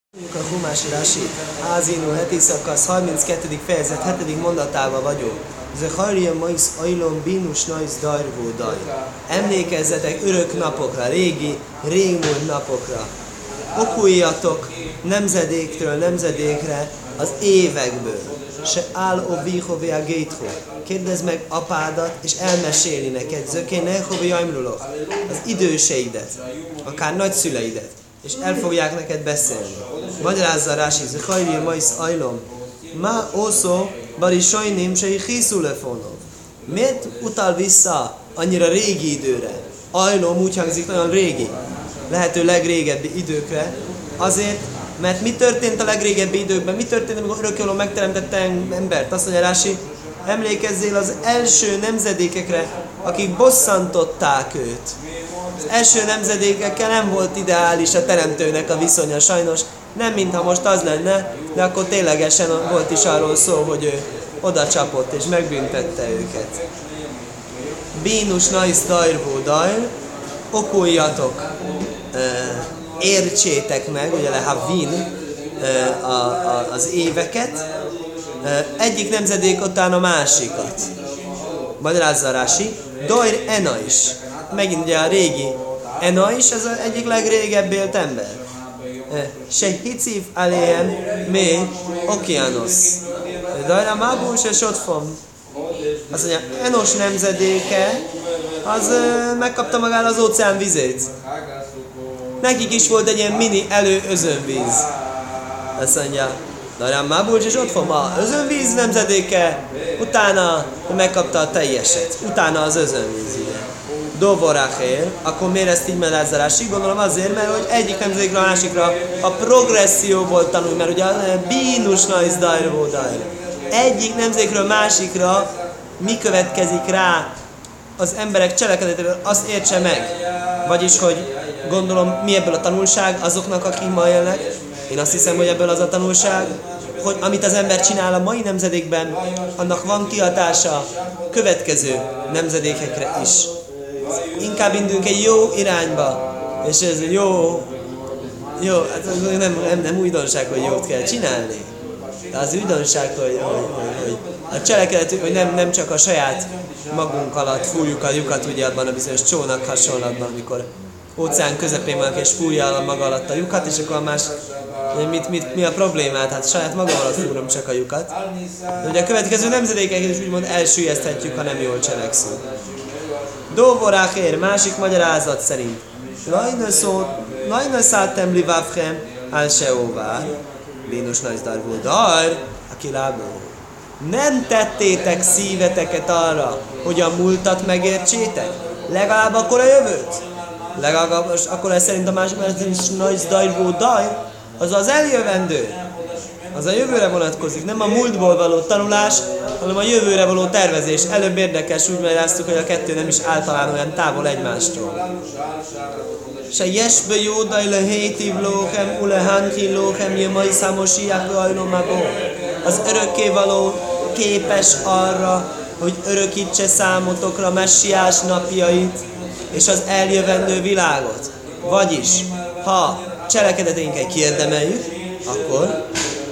A Humás Rashi, Ázinu heti szakasz, 32. fejezet, 7. mondatával vagyok. Zecharia mais ajlom bínus najsz dajrvó daj. Emlékezzetek örök napokra, régmúlt napokra. Okuljatok nemzedéktől nemzedékre az évekből. Se áll ovihovi a gétho. Kérdezd meg apádat, és elmeséli neked. Zökénehovi ajmlulok. Az időseidet, akár nagyszüleidet. És el fogják neked beszélni. Magyarázza Rási, Zecharia mais ajlom. Ma oszó bari sajném se hiszúlefonov. Miért utal vissza annyira régi időre? Ajlom úgy hangzik nagyon régi. Lehető legrégebbi időkre. Azért, mert mi történt a legrégebbi időkben? Mi történt, amikor örökkévaló megteremtette embert? Azt mondja Rási, emlékezzél az első nemzedékekre, akik bosszantották őt. Az első nemzedékekkel nem volt ideális a teremtőnek a viszonya, sajnos. Nem mintha most az lenne, de akkor ténylegesen volt is arról szó, hogy ő oda csapott és megbüntette őket. Bínus najsz dajrvó dajr, okuljatok, értsétek meg, ugye lehavin az éveket, egyik nemzedék után a másikat. Magyarázza Rási, dajr ena is. Megint ugye a régi ena is, ez az egyik legrégebbi élt ember. Se hicív aléhem mé okianosz. Dajra mábú se sotfom. Azt mondja, Enos nemzedéke, az megkapta magára az óceán vizét. Nekik is volt egy ilyen mini özönvíz. Azt mondja, Dajra mábú se sotfom. A özönvíz nemzedéke, utána megkapta a teljeset. Utána az özönvíz. Dovorachér, akkor miért ezt így megázzarásig? Gondolom azért, mert hogy egyik nemzedékre a másikra a progresszióból tanul, mert ugye a bínus najsz dajrvó dajr. Egyik nemzedékről másikra mi következik rá az emberek cselekedetéből, azt értse meg. Vagyis, hogy gondolom mi ebből a tanulság azoknak, akik ma élnek. Én azt hiszem, hogy ebből az a tanulság, hogy amit az ember csinál a mai nemzedékben, annak van kihatása következő nemzedékekre is. Inkább indulunk egy jó irányba, és ez jó, hát nem újdonság, hogy jót kell csinálni. De az újdonság, hogy a cselekedet, hogy nem csak a saját magunk alatt fújjuk a lyukat, ugye abban a bizonyos csónak hasonlatban, amikor óceán közepén vannak és fújja a maga alatt a lyukat, és akkor más, mi a problémát? Hát saját magam alatt fúrom csak a lyukat. De ugye a következő nemzedékeket is úgymond elsüllyeszthetjük, ha nem jól cselekszünk. Dovorachér, másik magyarázat szerint. Lajna szálltem livávhem al seóvár. Bínus najsz dajrvó dajr, aki lábó. Nem tettétek szíveteket arra, hogy a múltat megértsétek? Legalább akkor a jövőt? Legalább akkor ez szerint a másik magyarázat najsz dajrvó dajr, az az eljövendő. Az a jövőre vonatkozik, nem a múltból való tanulás, hanem a jövőre való tervezés. Előbb érdekes, úgy magyaráztuk, hogy a kettő nem is általán olyan távol egymástól. Se jesbe jódaj le hétív lóhem, ule hanki lóhem, jömai számosiák ajlomabó. Az örökkévaló képes arra, hogy örökítse számotokra messiás napjait és az eljövendő világot. Vagyis, ha cselekedeteinket kiérdemeljük, akkor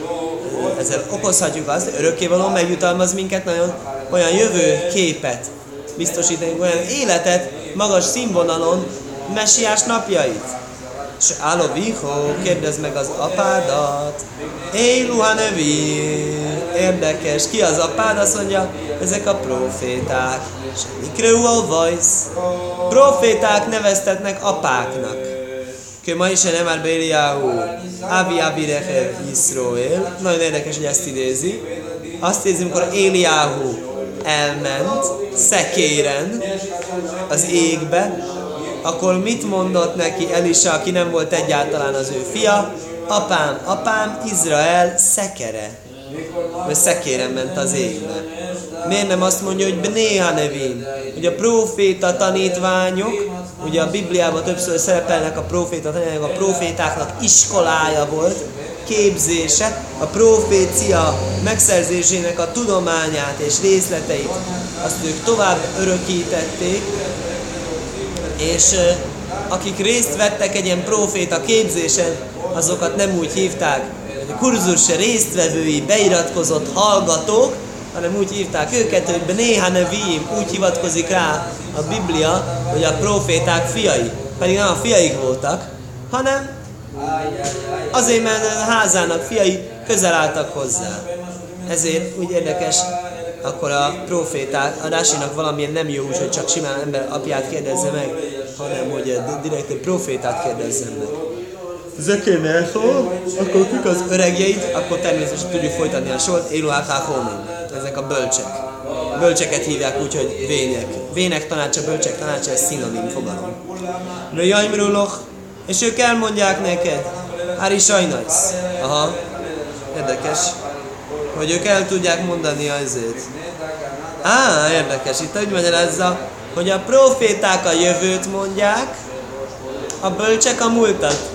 ezzel okozhatjuk azt, hogy örökkévaló megjutalmaz minket nagyon olyan jövőképet, biztosítani olyan életet magas színvonalon, messiás napjait. És Áloviho, kérdezd meg az apádat. Éluha nevi, érdekes, ki az apád? Azt mondja, ezek a proféták. És Mikreuol vajsz. Proféták neveztetnek apáknak. Ma is nem már Béliáhu, Avi Rechev Yisroel. Nagyon érdekes, hogy ezt idézi. Azt idézi, amikor Éliáhu elment szekéren az égbe, akkor mit mondott neki Elisa, aki nem volt egyáltalán az ő fia? Apám, Izrael szekere. Mert szekéren ment az égbe. Miért nem azt mondja, hogy Bné Hanevin, hogy a próféta tanítványok, ugye a Bibliában többször szerepelnek a próféta tanítványok, a prófétáknak iskolája volt, képzése, a profécia megszerzésének a tudományát és részleteit, azt ők tovább örökítették, és akik részt vettek egy ilyen próféta képzésen, azokat nem úgy hívták, hogy kurzus résztvevői, beiratkozott hallgatók, hanem úgy hívták őket, hogy Bnei Hanevim, úgy hivatkozik rá a Biblia, hogy a proféták fiai. Pedig nem a fiaik voltak, hanem azért, mert a házának fiai közel álltak hozzá. Ezért úgy érdekes, akkor a proféták, a Rásinak valamilyen nem jó úgy, hogy csak simán ember apját kérdezze meg, hanem hogy direkt egy profétát kérdezzen meg. Zekénél szól, akkor kik az öregjeid, akkor természetesen tudjuk folytatni a sort, Éluháká Homin. Ezek a bölcsek. Bölcseket hívják úgy, hogy vének. Vének tanácsa, bölcsek tanácsa, ez szinonim fogalom. Jaimruloch, és ők elmondják neked, Ári sajnajsz. Aha, érdekes, hogy ők el tudják mondani azért. Érdekes, itt úgy magyarázza, hogy a proféták a jövőt mondják, a bölcsek a múltat.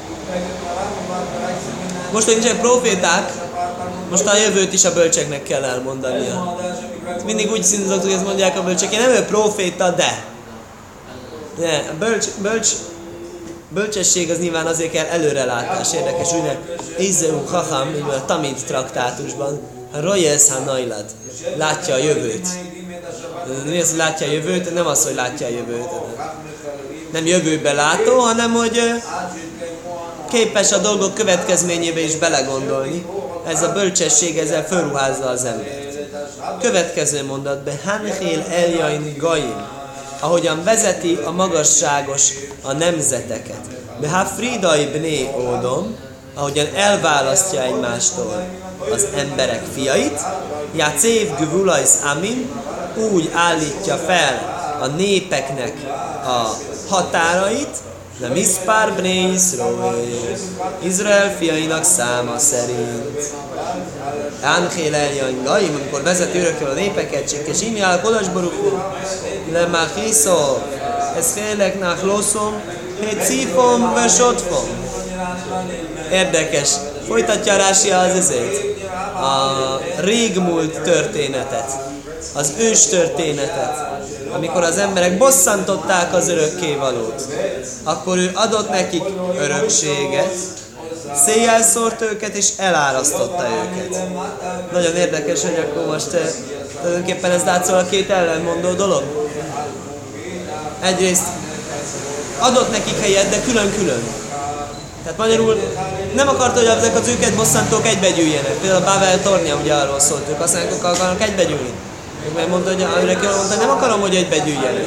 Most, hogy nincsen proféták, most a jövőt is a bölcseknek kell elmondania. Mindig úgy színzok, hogy ezt mondják a bölcsek, én nem ő proféta, de. A bölcsesség az nyilván azért kell előrelátás. Érdekes, úgy Izeu Chacham, így van a Tamid traktátusban, Royes Hanailad, látja a jövőt. Mi az, hogy látja a jövőt? Nem az, hogy látja a jövőt. Nem jövőbe látó, hanem hogy képes a dolgok következményébe is belegondolni. Ez a bölcsesség, ezzel fölruházza az embert. Következő mondatban, Hanchil Eljain Gaim, ahogyan vezeti a magasságos a nemzeteket. Behafridai Bné Ódom, ahogyan elválasztja egymástól az emberek fiait, Jacév Gvulajsz Amin, úgy állítja fel a népeknek a határait, de Miszpár Bné Iszroel, Izrael fiainak száma szerint. Ánhél Eljain Gaim, amikor vezeti örökkel a népeket, és imjál Kodasboruk, le Machiszov, ez féleknák loszom, hét szífom, vesotfom. Érdekes. Folytatja Rási az ezért. A régmúlt történetet, az ős történetet, amikor az emberek bosszantották az örökkévalót, akkor ő adott nekik örökséget, széjjel szórt őket és elárasztotta őket. Nagyon érdekes, hogy akkor most tulajdonképpen ez látszol a két ellenmondó dolog. Egyrészt adott nekik helyet, de külön-külön. Tehát magyarul nem akarta, hogy ezek az őket bosszantók egybegyűjjenek. Például a Bável tornya ugye arról szólt, ők azt akarnak egybegyűjni. Mert mondta, hogy nem akarom, hogy egybegyűjjenek.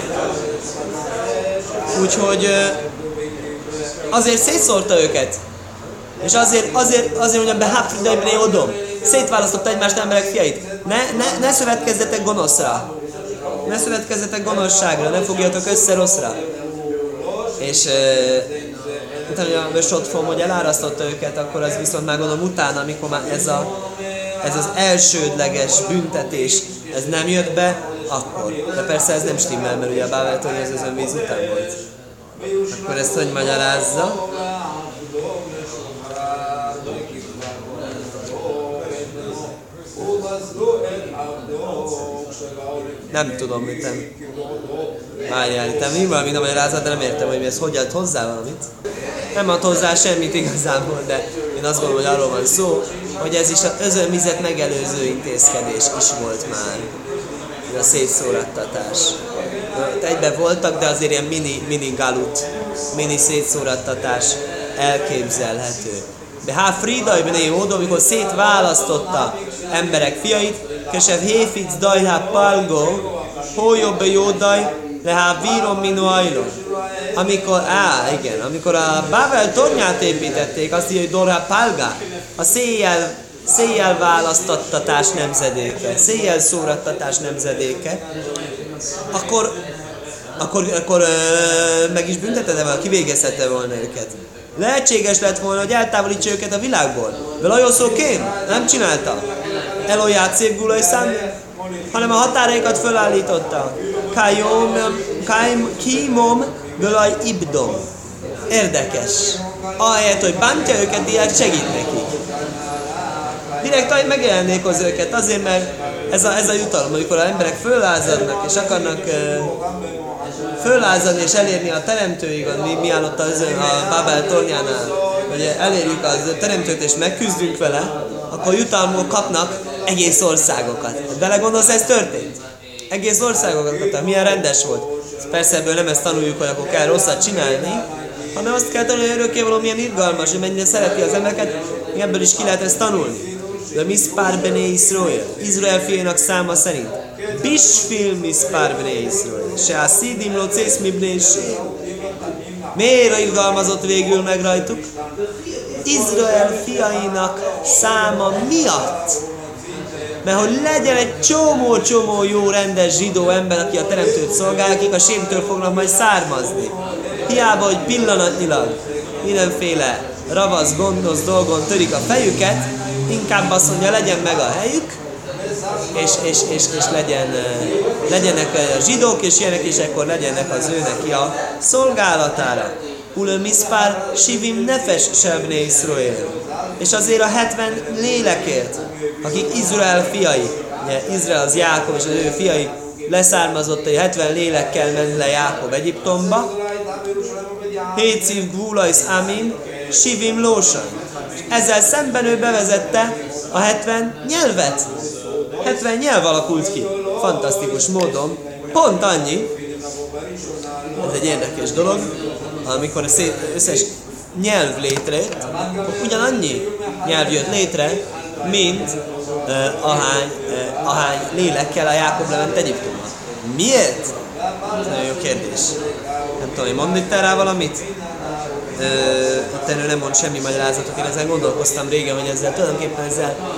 Úgyhogy azért szétszórta őket. És azért mondjam, behafridai odom. Szétválasztotta egymást emberek fiait. Ne szövetkezzetek gonoszra. Ne szövetkezzetek gonoszságra, ne fogjatok össze rosszra. És utána, hogy a Sotfom, hogy elárasztotta őket, akkor az viszont már gondolom utána, amikor már ez az elsődleges büntetés, ez nem jött be, akkor. De persze ez nem stimmel, mert ugye a Bável-tornya az özönvíz után volt. Akkor ezt hogy magyarázza? Nem tudom, mit nem. Várjál, itt nem valami nem magyarázat, de nem értem, hogy ez hogy ad hozzá valamit. Nem ad hozzá semmit igazából, de én azt gondolom, hogy arról van szó, hogy ez is az özönvizet megelőző intézkedés is volt már. A szétszórattatás. Egyben voltak, de azért ilyen mini galut, mini szétszórattatás elképzelhető. De Fridai Bné Ódom, amikor szétválasztotta emberek fiait, Kesev Héfic Dajhá Palgo, Hójobbe Jódaj, Lehá Vírom Minu Ajlon. Amikor a Bável tornyát építették, azt írja, hogy Dorhá Palga, a széjjel választattatás nemzedéke, széjjel szórattatás nemzedéke, akkor meg is büntetette volna, kivégezhette volna őket. Lehetséges lett volna, hogy eltávolítsa őket a világból. Velajoszókén nem csinálta. Eloját szép gulajszán, hanem a határaikat fölállította. Kímom gulaj ibdom. Érdekes. Ahelyett, hogy bántja őket, direkt segít nekik. Direkt megjelenékoz őket, azért, mert ez a jutalom, amikor az emberek föllázadnak és akarnak föllázadni és elérni a teremtőig, mi áll ott a Bábel tornyánál, hogy elérjük az teremtőt és megküzdünk vele, akkor jutalmul kapnak egész országokat. Belegondolsz, ez történt? Egész országokat kaptak. Milyen rendes volt. Persze ebből nem ezt tanuljuk, hogy akkor kell rosszat csinálni, hanem azt kell tanulni, hogy örökkévaló milyen irgalmas, hogy mennyire szereti az embereket, ebből is ki lehet ezt tanulni. De miszpár bene Israel, Izrael fiainak száma szerint. Bisfil miszpár bene Israel, se a szidim locész mi bnésé. Miért irgalmazott végül meg rajtuk? Izrael fiainak száma miatt. Mert hogy legyen egy csomó jó, rendes zsidó ember, aki a teremtőt szolgál, akik a sémtől fognak majd származni. Hiába, hogy pillanatnyilag mindenféle ravasz, gonosz dolgon törik a fejüket, inkább azt mondja, legyen meg a helyük, és legyenek a zsidók, és ilyenek, és akkor legyenek az ő neki a szolgálatára. Ule miszpár sivim nefes sebne Israel. És azért a 70 lélekért, akik Izrael fiai, ugye Izrael az Jákob és az ő fiai leszármazottai 70 lélekkel ment le Jákob Egyiptomba, 7 szív gvulajsz amin, sivim lósan. Ezzel szemben ő bevezette a 70 nyelvet. 70 nyelv alakult ki. Fantasztikus módon. Pont annyi. Ez egy érdekes dolog. Amikor az összes nyelv létrejött, ugyanannyi nyelv jött létre, mint ahány lélekkel a Jákob lement Egyiptomba. Miért? Ez nagyon jó kérdés. Nem tudom, hogy mondni te rá valamit? Itt ő nem mond semmi magyarázatot, én ezen gondolkoztam régen, hogy ezzel tulajdonképpen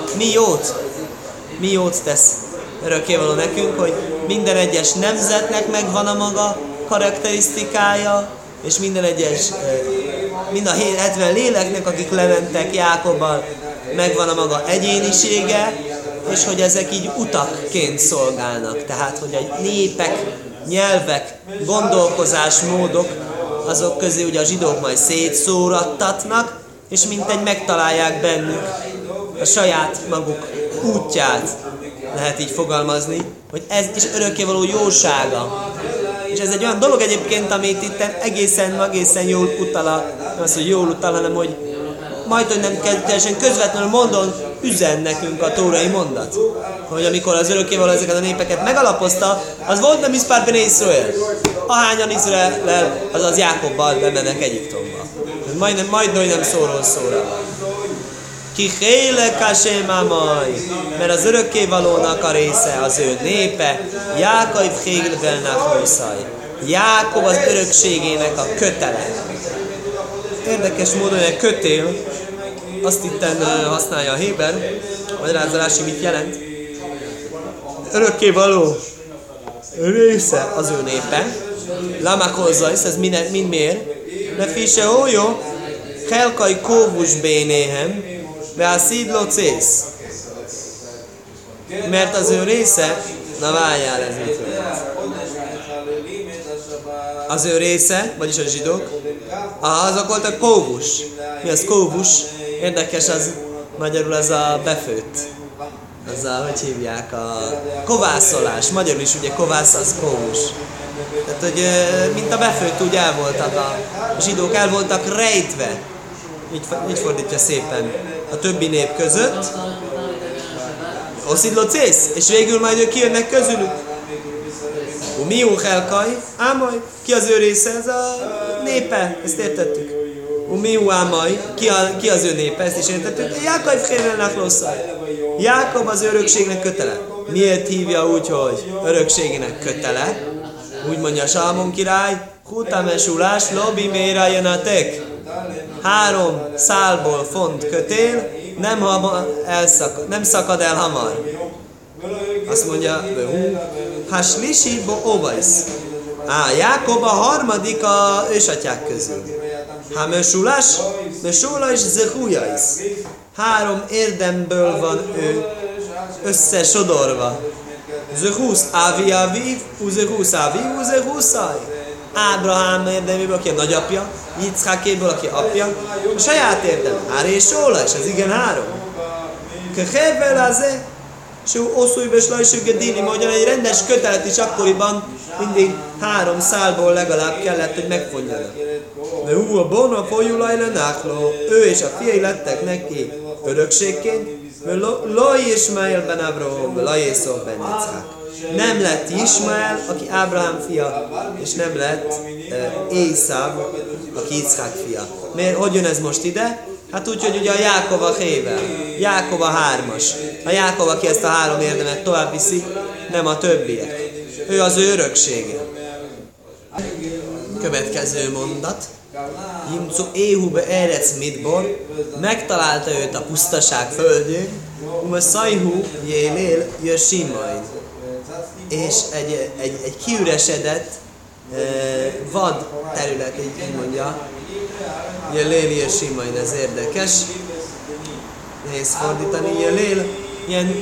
mi jót tesz örökkévaló nekünk, hogy minden egyes nemzetnek megvan a maga karakterisztikája, és mind a 70 léleknek, akik lementek Jákobbal, megvan a maga egyénisége, és hogy ezek így utakként szolgálnak. Tehát, hogy a népek, nyelvek, gondolkozásmódok, azok közé ugye a zsidók majd szétszórattatnak, és mintegy megtalálják bennük a saját maguk útját, lehet így fogalmazni, hogy ez is örökkévaló jósága. És ez egy olyan dolog egyébként, amit itt egészen jól utal, nem az, hogy jól utal, hanem hogy majdhogy nem teljesen közvetlenül mondon üzen nekünk a tórai mondat. Hogy amikor az örökkévaló ezeket a népeket megalapozta, az volt nem miszpár bene Israel. Ahányan Izrael, azaz Jákobbal bemennek Egyiptomba. Majdhogy nem szóról szóra. Ki héle kasém amaj, mert az örökkévalónak a része az ő népe, Jákob hégelvelnak húszaj. Jákob az örökségének a kötele. Érdekes módon, hogy a kötél, azt itten használja a Héber, magyarázza Rási mit jelent. Örökkévaló része az ő népe, lamakozajsz, ez mind miért? De fise ójó, helkai kóvus bénéhem, de a szídlocész. Mert az ő része, na várjál, ez mit jelent? Az ő része, vagyis a zsidók, azok voltak kóvus. Mi az kóvus? Érdekes, az magyarul az a befőtt. Az a, hogy hívják, a kovászolás. Magyarul is ugye kovász az kóvus. Tehát, hogy mint a befőtt úgy el voltak a zsidók, el voltak rejtve. Így fordítja szépen a többi nép között. Oszidlocész, és végül majd ők kijönnek közülük. Miú helkaj, ámaj, ki az ő része? Ez a népe, ezt értettük. Miú ámaj, ki az ő népe, ezt is értettük. Jákob hévelnak losszaj. Jákob az örökségnek kötele. Miért hívja úgy, hogy örökségének kötele? Úgy mondja Salmon király, hutamesulás, lobby méra jönetek. 3 szálból font kötél, nem szakad el hamar. Azt mondja, haslisi bo ovajsz. Jákob a harmadik a ősatyák közül. Mesulás zehujajsz. 3 érdemből van ő összesodorva. Zehusz avi, uzehusz avi, uzehuszaj. Ábrahám érdeméből, aki a nagyapja, Yitzchakéből, aki apja, a saját érdem, Árésóla, és az igen 3. Kehevel azé, és oszújbe slajsüggedini, mondja, egy rendes kötelet is akkoriban mindig 3 szálból legalább kellett, hogy megfonjanak. de hú a bona folyulaj lenákló, ő és a fiai lettek neki örökségként, Laj Ismael ben Abraham, Laj Észov ben Yitzhak. Nem lett Ismael, aki Ábrahám fia, és nem lett Észáv, aki Yitzhak fia. Miért? Hogy jön ez most ide? Hát úgy, hogy ugye a Jákov a hével. Jákov a 3-as. A Jákov, aki ezt a 3 érdemet tovább viszi, nem a többiek. Ő az ő öröksége. Következő mondat. Jimcu Éhube Erec Midbor, megtalálta őt a pusztaság földjén, Uma Szajhu Jélél Jösimain. És egy kiüresedett vad terület, így mondja, Jélél Jösimain, ez érdekes. Nehéz fordítani, Jélél, ilyen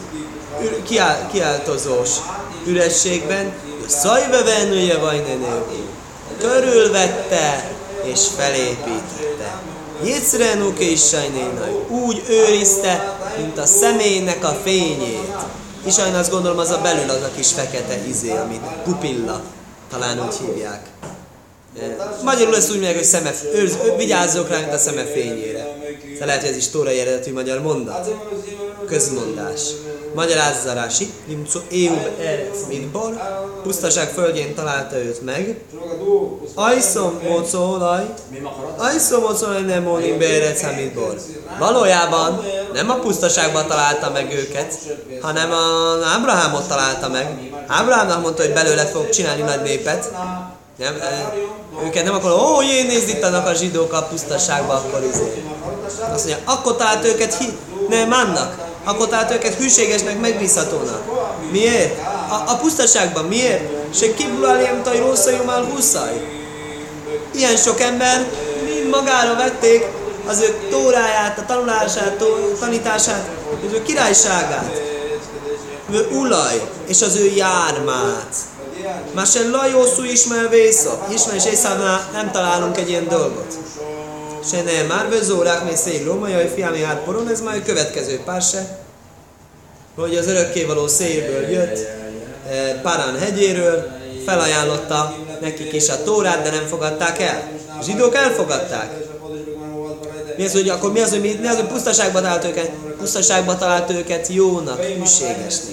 kiáltozós ürességben, Szajve Venője Vajnenő, körülvette és felépítette. Jézrenuk és sajnénaj, úgy őrizte, mint a személynek a fényét. És sajnán azt gondolom, az a belül az a kis fekete izé, amit pupilla, talán úgy hívják. Magyarul ezt úgy mondják, hogy vigyázzok rá, mint a szeme fényére. De lehet, hogy ez is tórai eredetű magyar mondat. Közmondás. Magyarázza Rási, Limcu Éhub Erec Midbor, pusztaság földjén találta őt meg. Ajszom mocólaj nem mónim be Erec Midbor. Valójában nem a pusztaságban találta meg őket, hanem Ábrahámot találta meg. Ábrahámnak mondta, hogy belőle fog csinálni nagy népet. Őket nem akar, nézd itt annak a zsidók a pusztaságban, akkor izé. Azt mondja, akkor talált őket nem annak. Akkor talált őket hűségesnek, megbízhatónak. Miért? A pusztaságban miért? Se kibuláljem taj rosszajumál húszaj. Ilyen sok ember mind magára vették az ő tóráját, a tanulását, tanítását, az ő királyságát, az ő ulaj és az ő jármát. Másen lajószú Ismael Vészov. Ismael és Észávnál nem találunk egy ilyen dolgot. Se nem már vezórák még szél lómajaj, fiámi hátporon, ez majd a következő párse, hogy az örökkévaló szélből jött, Parán hegyéről, felajánlotta nekik is a Tórát, de nem fogadták el. A zsidók elfogadták. Akkor mi az, hogy pusztaságba talált őket? Pusztaságba talált őket jónak, hűségesnek.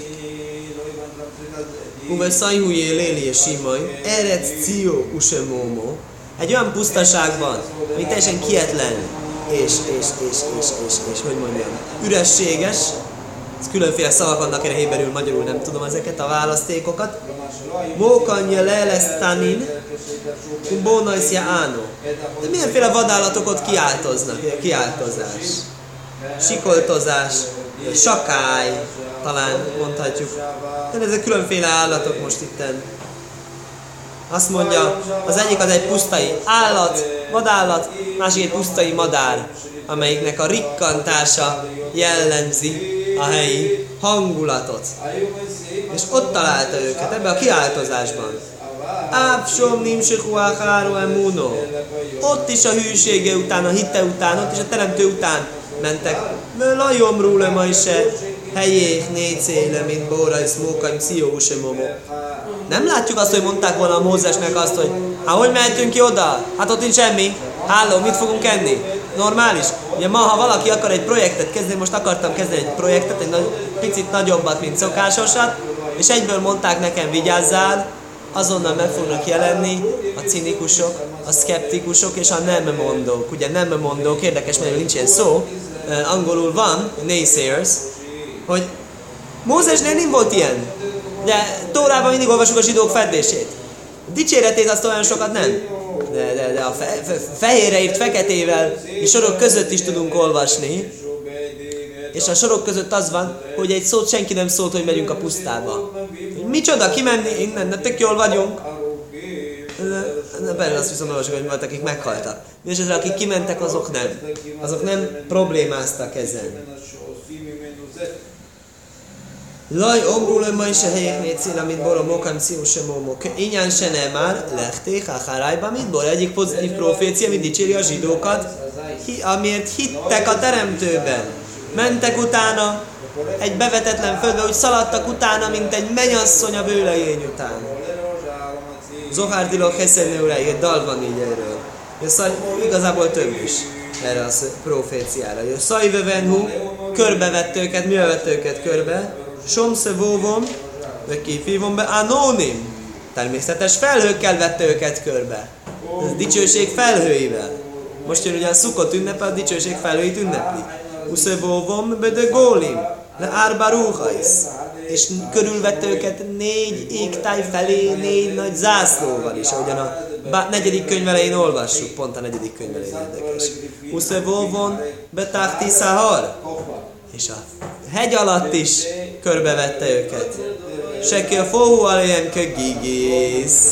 Uve Szajhujé Léli és Simai, Erec Ció Usemómó, egy olyan pusztaságban, ami teljesen kietlen, és hogy mondjam, ürességes, ez különféle szavak vannak erre héberül, magyarul nem tudom ezeket a választékokat. Mókanja lelesztanin, bónajszja ánó. De milyenféle vadállatokat kiáltozás, sikoltozás, sakály, talán mondhatjuk. De ezek különféle állatok most itten. Azt mondja, az egyik az egy pusztai állat, vadállat, másik egy pusztai madár, amelyiknek a rikkantása jellemzi a helyi hangulatot. És ott találta őket, ebbe a kiáltozásban. Ápsom nimsekuáháro emuno. Ott is a hűsége után, a hitte után, ott is a teremtő után mentek. Lajomrú le ma is helyék nécéle, mint bóra és mókaim szióusemomo. Nem látjuk azt, hogy mondták volna a Mózesnek azt, hogy hogy mehetünk ki oda? Hát ott nincs semmi. Háló, mit fogunk enni? Normális. Ugye ma, ha valaki akar egy projektet kezdeni, most akartam kezdeni egy projektet, egy picit nagyobbat, mint szokásosat, és egyből mondták nekem, vigyázzál, azonnal meg fognak jelenni a cinikusok, a szkeptikusok és a nem mondók. Ugye nem mondók, érdekes, mert nincs ilyen szó, angolul van, naysayers, hogy Mózesnél nem volt ilyen. De Tórában mindig olvasjuk a zsidók fedését. A dicséretét azt olyan sokat nem. De a fehérre írt feketével és sorok között is tudunk olvasni. És a sorok között az van, hogy egy szót senki nem szólt, hogy megyünk a pusztába. Micsoda, kimenni innen, de tök jól vagyunk. Persze azt viszont olvasok, hogy voltak, akik meghaltak. És ezzel, akik kimentek, azok nem problémáztak ezen. Laj, omrul ma is a helyeknél cél, amit borom okam szívusemomok. Inyán se nem már, lehték, harájba, mit bor. Egyik pozitív profécia, amit dicséri a zsidókat, amiért hittek a teremtőben. Mentek utána egy bevetetlen földbe, úgy szaladtak utána, mint egy mennyasszony a bőlegény után. Zohár Dilok Heszenő uráig, egy dal van így erről. Igazából több is erre a proféciára. Szajvevenhu, körbevett őket, mivel vett őket körbe? Somsze vóvom, vagy kifívom be, anónim. Természetes felhőkkel vette őket körbe. Ez dicsőség felhőivel. Most jön ugye a Szukot ünnepe, a dicsőség felhőit ünnepli. Uszövóvom be de gólim, le árbarúhajsz. És körülvette őket 4 égtáj felé, 4 nagy zászlóval is, ahogyan a 4. könyv elején olvassuk, pont a 4. könyv elején érdekes. Uszövóvon betárti szahar. És a hegy alatt is körbevette őket. Seki a fóhú aléjem kögigész.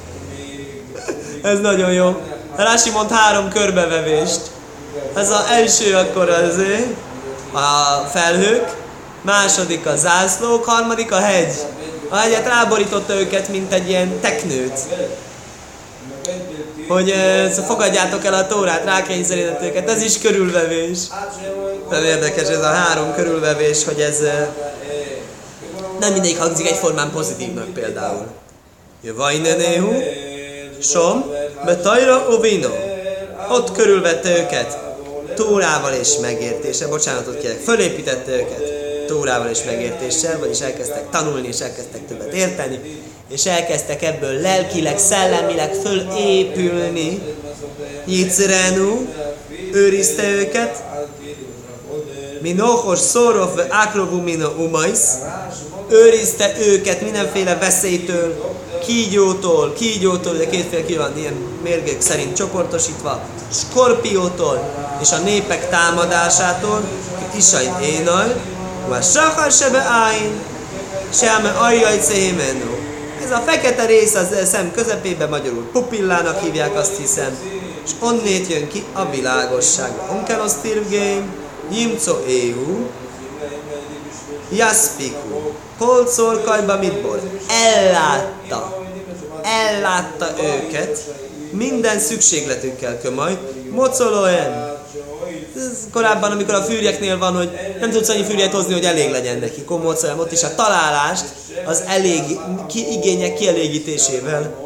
Ez nagyon jó. Rási mond 3 körbevevést. Ez az első akkor azért a felhők, második a zászlók, harmadik a hegy. A hegyet ráborította őket, mint egy ilyen teknőt. Hogy fogadjátok el a Tórát, rákényszerített őket. Ez is körülvevés. Nem érdekes ez a 3 körülvevés, hogy ez nem mindig hangzik egyformán pozitívnak például. Vajnenéhu, som, betajra ovino. Ott körülvette őket Tórával és megértéssel, bocsánatot kérek, fölépítette őket Tórával és megértéssel, vagyis elkezdtek tanulni és elkezdtek többet érteni, és elkezdtek ebből lelkileg, szellemileg fölépülni. Yitzrenu, őrizte őket, Minochos szorov ákrovú mino umais, őrizte őket mindenféle veszélytől, kígyótól, de kétféle kígyó van ilyen mérgek szerint csoportosítva, skorpiótól és a népek támadásától, isai énaj, vagy sahar sebe áin, seame ajjaj céhémenó. Ez a fekete rész az szem közepében, magyarul pupillának hívják, azt hiszem, és onnét jön ki a világosság. Onkelos tirgém, Jimco éhu, Jaspiku, Kolcor kajba mitból. Ellátta őket minden szükségletükkel kömaj. Mocolóen. Korábban, amikor a fűrjeknél van, hogy nem tudsz annyi fűrjet hozni, hogy elég legyen neki. Mocolóen, ott is a találást az igények kielégítésével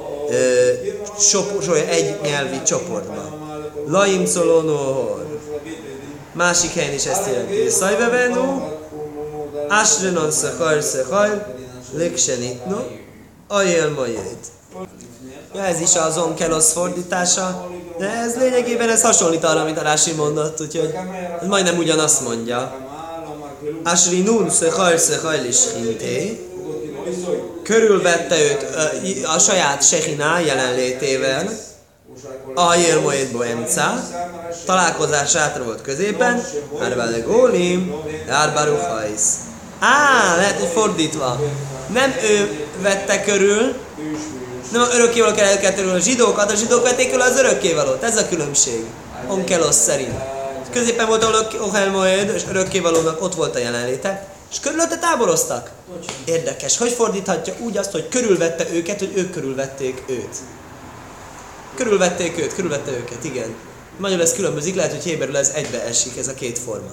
egy nyelvi csoportban. Laim szolónóhor. Másik helyen is ezt jelenti. Szajvevenu, Ashrenon szechar, Leksenitno, Ajel Majed. Ja, ez is az onkelosz fordítása, de ez lényegében ez hasonlít arra, amit a Rási mondott, úgyhogy ez majdnem ugyanazt mondja. Ashrinun szechar lishinté, körülvette őt a saját Sechiná jelenlétével, Ajel Majed Boemca, találkozás sátra volt középen, Árvale Gólim, Árbaruhajsz. Lehet, hogy fordítva. Nem ő vette körül, nem az örökkévaló kell körül a zsidókat vették körül az örökkévalót. Ez a különbség. Onkelos szerint. Középen volt Ohel Moed, és örökkévalónak ott volt a jelenléte, és körülötte táboroztak. Érdekes. Hogy fordíthatja úgy azt, hogy körülvette őket, hogy ők körülvették őt? Körülvette őket, igen. Magyarul ez különbözik, lehet, hogy héberül ez egybe esik, ez a két forma.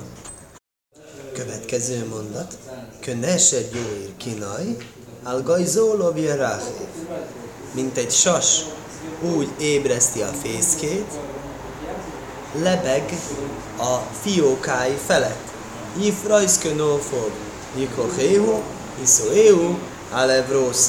Következő mondat. Köneser gyóir kinaj, algajzólov jeráhév. Mint egy sas, úgy ébreszti a fészkét, lebeg a fiókái felett. Jifrajszkönófog, jikochéhu, iszóéhu, alevrósza.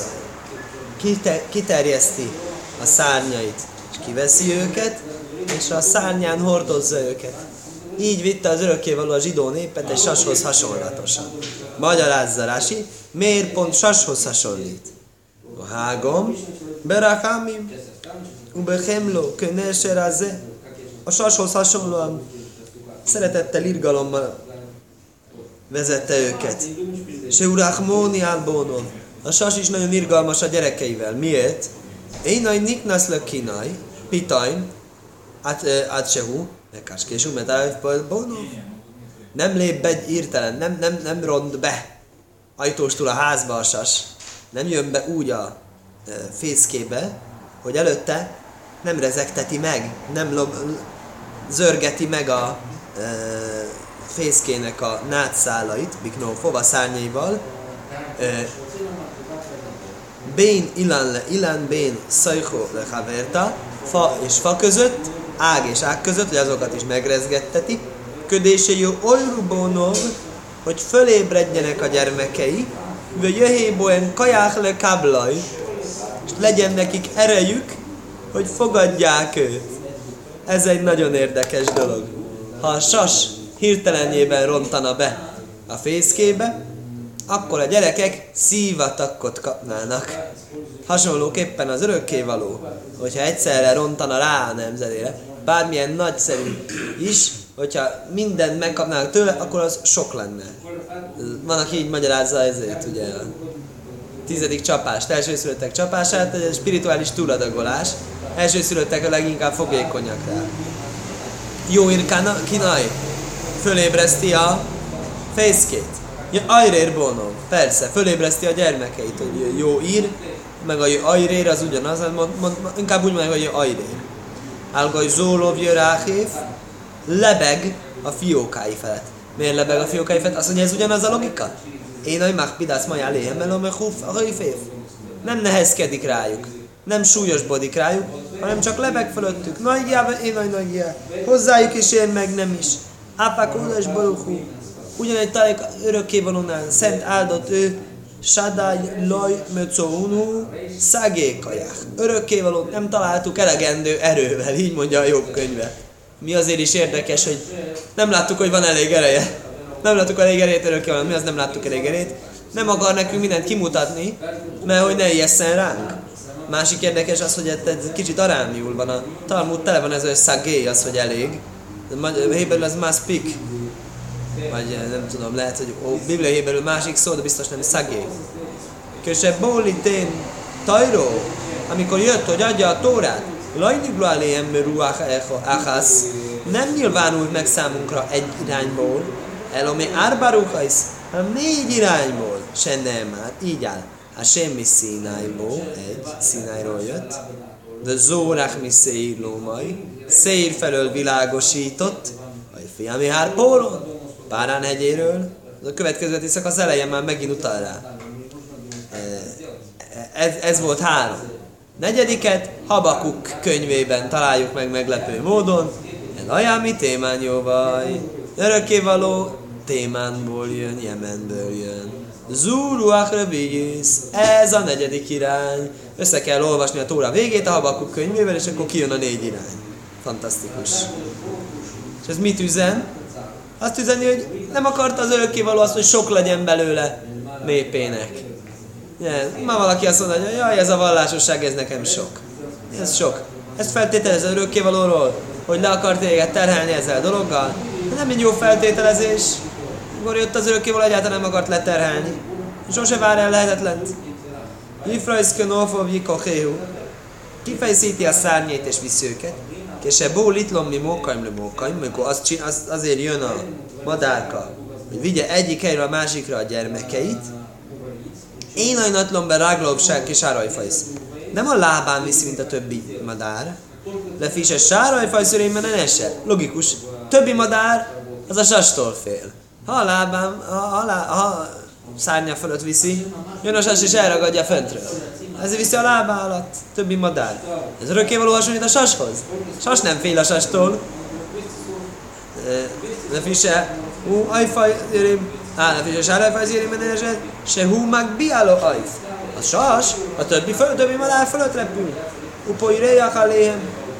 Kiterjeszti a szárnyait, és kiveszi őket, és a szárnyán hordozza őket. Így vitte az örökkévaló a zsidó népet egy sashoz hasonlatosan. Magyarázza Rási, miért pont sashoz hasonlít? A hágom, berachamim, ubechemlo, köneserazze. A sashoz hasonlóan szeretettel, irgalommal vezette őket. Seurachmóni álbónov. A sas is nagyon irgalmas a gyerekeivel. Miért? Énaj niknaszlök kínaj, pitajn, átsehu, nekáskésú, metállítbónov. Nem lép be hirtelen, nem rond be ajtóstul a házba a sas. Nem jön be úgy a fészkébe, hogy előtte nem rezegteti meg, nem zörgeti meg a fészkének a nátszálait, biknófov, a szárnyaival. Bén ilán le ilán, bén szajhó le haverta, fa és fa között, ág és ág között, hogy azokat is megrezgetteti. Ködése jó olyrubónov, hogy fölébredjenek a gyermekei, vagy jöhéboen kaják le káblaj, és legyen nekik erejük, hogy fogadják őt. Ez egy nagyon érdekes dolog. Ha a sas hirtelenjében rontana be a fészkébe, akkor a gyerekek szívatakkot kapnának. Hasonlóképpen az örökkévaló, hogyha egyszerre rontana rá a nemzedére, bármilyen nagyszerű is, hogyha mindent megkapnának tőle, akkor az sok lenne. Van, aki így magyarázza ezért, ugye a 10. csapást, elsőszülöttek csapását, egy spirituális túladagolás. Elsőszülöttek a leginkább fogékonyak rá. Jó ír kinaj, fölébreszti a fészkét. Ja, ajrér bónom, persze, fölébreszti a gyermekeit, hogy jó ír, meg a ajrér az ugyanaz, inkább úgy mondják, hogy ajrér. Álgaj zólov jöráhév, lebeg a fiókái felett. Miért lebeg a fiókái felett? Azt mondja, ez ugyanaz a logika? Én a machpidász majá léhemmel, a hőfév. Nem nehezkedik rájuk, nem súlyosbodik rájuk, hanem csak lebeg fölöttük. Nagyjába, én nagyjába. Hozzájuk is ér meg, nem is. Ápák oda és baruchú. Ugyanegy talék örökkévalónál szent áldott ő, Sadály laj möcóunú szagékaják. Örökkévalót nem találtuk elegendő erővel, így mondja a Jobb könyve. Mi azért is érdekes, hogy nem láttuk, hogy van elég ereje. Nem láttuk elég erejét örökkévalót, mi az nem láttuk elég erejét. Nem akar nekünk mindent kimutatni, mert hogy ne ijesszen ránk. Másik érdekes az, hogy ez kicsit arámiul van. A Talmud tele van ez a szagé, az, hogy elég. Héberül az maspik. Vagy nem tudom, lehet, hogy Biblia héberül másik szó, de biztos nem szagé. Kösebb bólitén tajró, amikor jött, hogy adja a Tórát, lajnigluáléhem ruach achasz, nem nyilvánult meg számunkra egy irányból, elomé árbaruchais, hanem 4 irányból, se nem már, így áll. A semmi Színájból, egy Színájról jött, de Zórach mi Széír lómai, Széír felől világosított, vagy fiami hárpóron, Párán hegyéről, a következő szakasz elején már megint utal rá. Ez volt 3. 4. Habakuk könyvében találjuk meg meglepő módon, Ajámi témányóvaj, örökkévaló témánból jön, Jemenből jön. Zúruach revigisz, ez a 4. irány. Össze kell olvasni a Tóra végét a Habakuk könyvével, és akkor kijön a 4 irány. Fantasztikus. És ez mit üzen? Azt üzeni, hogy nem akarta az örökkévaló azt, hogy sok legyen belőle népének. Ma valaki azt mondja, hogy jaj, ez a vallásosság, ez nekem sok. Ez sok. Ezt feltételez az örökkévalóról, hogy le akart téged terhelni ezzel a dologgal. De nem egy jó feltételezés. Amikor jött az örökkévaló, egyáltalán nem akart leterhelni. Sose vár el lehetetlent. Ifrajszkön olfov jikohéhu. Kifejszíti a szárnyét és visz őket. És se bólitlom mi mókaim le mókaim, amikor azért jön a madárka, hogy vigye egyik helyről a másikra a gyermekeit. Én ajnatlom be ráglóbság és sárajfajsz. Nem a lábán viszi, mint a többi madár. De fise sárajfajszörényben ne esse. Logikus. Többi madár, az a sastól fél. Ha a lábán, ha szárnya fölött viszi, jön a sas és elragadja fentről. Ezért viszi a lábá alatt, többi madár. Ez örökkévaló hasonlít a sashoz. Sas nem fél a sastól. De fise, ne fise sárajfajszörényben ne esse, se hú mag biáló ajf. A sas, a többi madár fölött repül. Upoi rejak aléhem.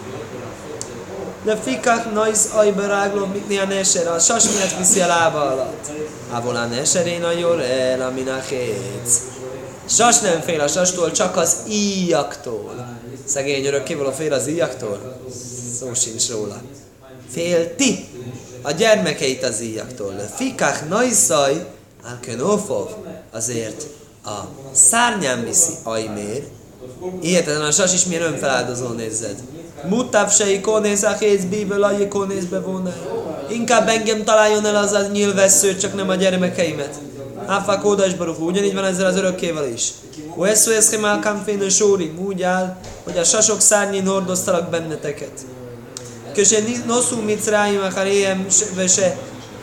De fikak najsz ajba ráglom, miknél neser, a sas miatt viszi a lába alatt. Ávolán neserén a jól el, amin a hétsz. Sas nem fél a sastól, csak az íjaktól. Szegény örökkévaló fél az íjaktól? Szó sincs róla. Félti a gyermekeit az íjaktól. De fikak najszaj, álkönófov, azért a szárnyán viszi ajmér. Hihetetlen a sas is milyen önfeláldozó nézzed. Mutáv se ikonész a hézbíből a ikonészbe vonál. Inkább engem találjon el az a nyílvessző, csak nem a gyermekeimet. Áfák óda és baruch, ugyanígy van ezzel az örökkéval is. Oeszó eszkemál kamfénő sórim, úgy áll, hogy a sasok szárnyén hordoztalak benneteket. Köse noszú micráim akár éjem vese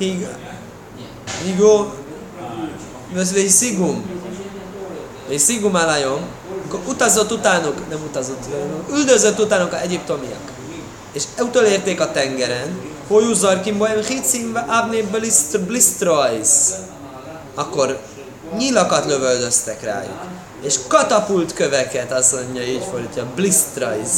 higó veszve szigum. És szigum állajom. Utazott utánok, nem utazott, üldözött utánok a egyiptomiak. és utolérték a tengeren, Hójúzarkim bajom hicimbe ábné blisztrajsz. Akkor nyilakat lövöldöztek rájuk. És katapult köveket, azt mondja, így fordítja, blisztrajsz.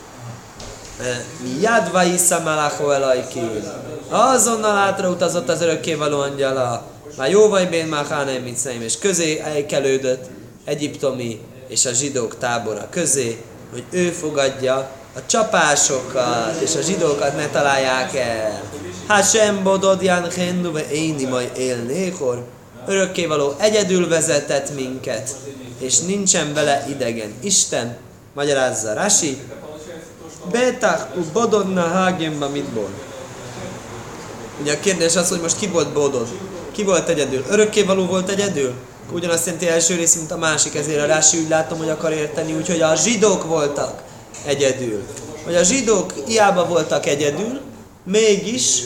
Jadvai szamalachó elajkén. Azonnal átrautazott az örökkévaló angyala. Már jóvajbén már hánem micneim, és közé elkelődött Egyiptomi és a zsidók tábora közé, hogy ő fogadja a csapásokat, és a zsidókat ne találják el. Hashem bododjan henduve éni majd élnékor. Örökkévaló egyedül vezetett minket, és nincsen vele idegen Isten, magyarázza Rashi. Betach u bododna hágemba mitból. Ugye a kérdés az, hogy most ki volt bodod? Ki volt egyedül? Örökkévaló volt egyedül? Ugyanazt jelenti első rész, mint a másik, ezért a Rashi úgy látom, hogy akar érteni, úgyhogy a zsidók voltak egyedül. Hogy a zsidók hiába voltak egyedül, mégis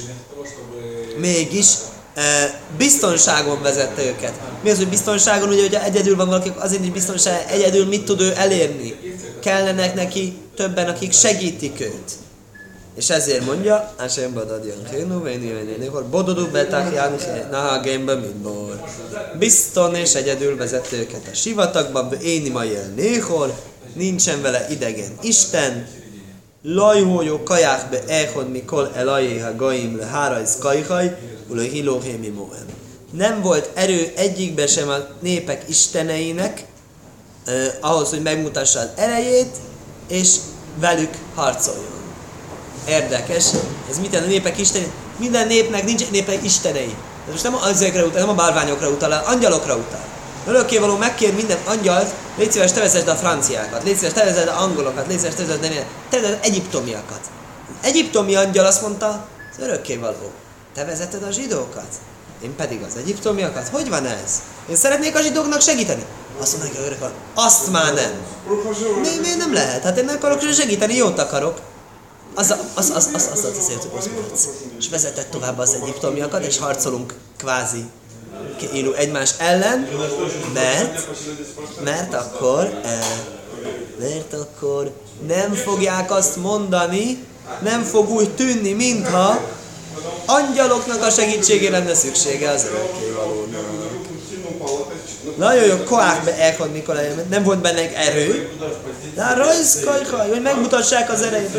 biztonságon vezette őket. Mi az, hogy biztonságon? Ugye, hogyha egyedül van valaki, azért is biztonság, egyedül mit tud ő elérni? Kellenek neki többen, akik segítik őt. És ezért mondja, Hashem bododjan hénu, bododuk betachjan nahagembe midbor. Bizton és egyedül vezette őket a sivatagban, éni majel néhor, nincsen vele idegen Isten, lajhójó kaják be ehod mikol elajéha gaim le hárajsz kajhaj, ulaj hilóhémi mohem. Nem volt erő egyikbe sem a népek isteneinek, ahhoz, hogy megmutassa az erejét, és velük harcoljon. Érdekes, ez mit jelent a népek istenei? Minden népnek nincs népek istenei. Ez most nem azokra utal, nem a bárványokra utal, hanem angyalokra utal. Örökkévaló megkér minden angyalt, légy szíves, te vezesd a franciákat, légy szíves, te vezesd a angolokat, légy szíves, te vezesd az egyiptomiakat. Az egyiptomi angyal azt mondta, az örökkévaló, te vezeted a zsidókat, én pedig az egyiptomiakat. Hogy van ez? Én szeretnék a zsidóknak segíteni. Azt mondja, hogy örökkévaló, azt már nem. Miért nem lehet? Hát én nem akarok segíteni, jót akarok. Azt azért, hogy és vezetett tovább az egyiptomiakat, és harcolunk kvázi egymás ellen, mert akkor nem fogják azt mondani, nem fog úgy tűnni, mintha angyaloknak a segítségére lenne szüksége az örökkévalónak. Nagyon jó, koákbe elhod Nikolaj, nem volt benne erő, de rajzkajkaj, hogy megmutassák az erejét,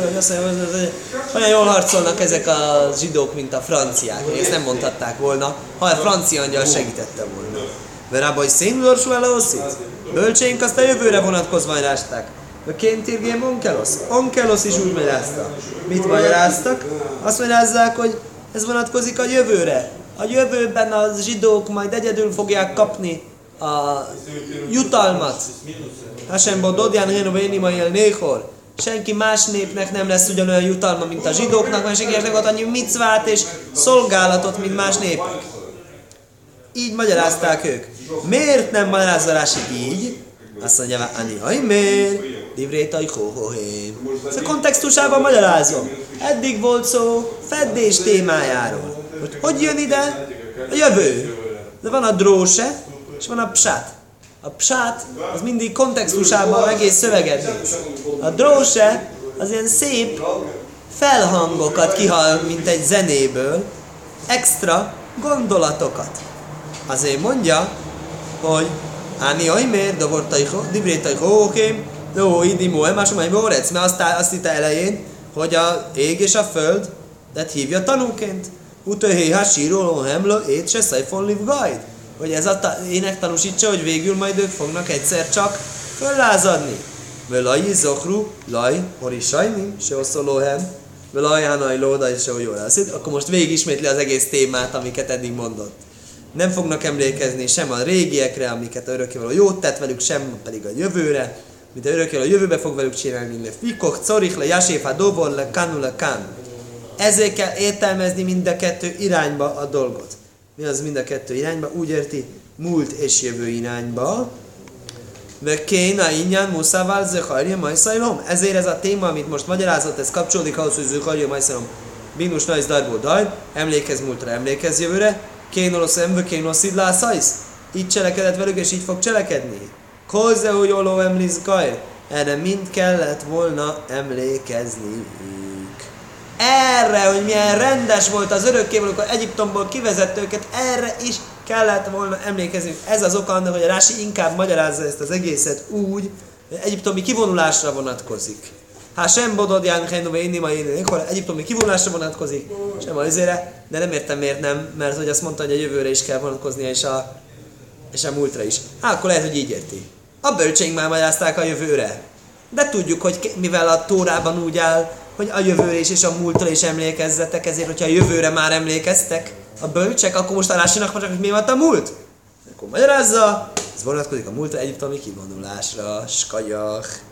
olyan jól harcolnak ezek a zsidók, mint a franciák, ezt nem mondhatták volna, ha a francia angyal segítette volna. Mert abban, hogy szénulorsul elhozszít, bölcsénk azt a jövőre vonatkozva magyarázták. De kéntirgém onkelosz is úgy magyarázta. Mit magyaráztak? Azt magyarázzák, hogy ez vonatkozik a jövőre. A jövőben a zsidók majd egyedül fogják kapni a jutalmat. Hashem dodján hénovéni majel néhor. Senki más népnek nem lesz ugyanolyan jutalma, mint a zsidóknak, mert senkinek volt annyi micvát és szolgálatot, mint más népek. Így magyarázták ők. Miért nem magyarázza Rashi így? Azt mondja, Ani Ajmér, Divrétai Hóhóhém. Ez a kontextusában magyarázom. Eddig volt szó feddés témájáról. Hogy jön ide? A jövő. De van a dróse, és van a psát. A psát az mindig kontextusában egész szöveget néz. A dróse az ilyen szép felhangokat kihall, mint egy zenéből, extra gondolatokat. Azért mondja, hogy Áni Ajmér, Divrétai Hóhóhém, Idimó, másomai Mórec, mert azt itt elején, hogy a ég és a föld, de hívja tanúként. Utöhéhá síróló hemlő ét se szajfon liv gajd. Hogy ez a ének tanúsítsa, hogy végül majd ők fognak egyszer csak föllázadni. Völai zokhru, laj, hori sajni, se oszolóhem, völaj hánaj lódaj, se jól elszít. Akkor most végig ismétli az egész témát, amiket eddig mondott. Nem fognak emlékezni sem a régiekre, amiket a örökkévaló jót tett velük, sem pedig a jövőre. Mint a örökkévaló a jövőbe fog velük csinálni, le fikoch, corich, le jaséfá, dobor, le kanu, le kán. Ezért kell értelmezni mind a kettő irányba a dolgot. Mi az mind a kettő irányba? Úgy érti, múlt és jövő irányba. Kéna ingyen muszával zöharja majszajlom. Ezért ez a téma, amit most magyarázott, ez kapcsolódik ahhoz, hogy zöharja majszajlom. Binus najsz darbó dajr, emlékezz múltra, emlékezz jövőre. Kénolosz emvő, kénosz idlászajsz. Így cselekedett velük, és így fog cselekedni. Kózeú jóló emlisz gajr. Erre mind kellett volna emlékezni. erre, hogy milyen rendes volt az örökkévaló, amikor Egyiptomból kivezett őket, erre is kellett volna emlékezni. Ez az oka annak, hogy a Rási inkább magyarázza ezt az egészet úgy, hogy egyiptomi kivonulásra vonatkozik. Hát sem bododján helynuve inni ma én, akkor egyiptomi kivonulásra vonatkozik, sem azért, de nem értem miért nem, mert hogy azt mondta, hogy a jövőre is kell vonatkoznia, és a múltra is. Akkor lehet, hogy így érti. A bölcsénk már magyarázták a jövőre. De tudjuk, hogy mivel a Tórában úgy áll, hogy a jövőre is és a múltra is emlékezzetek, ezért, hogyha a jövőre már emlékeztek a bölcsek, akkor most a Rásinak csak, hogy mi volt a múlt. Akkor magyarázza, ez vonatkozik a múltra egyiptomi kivonulásra. Skajach.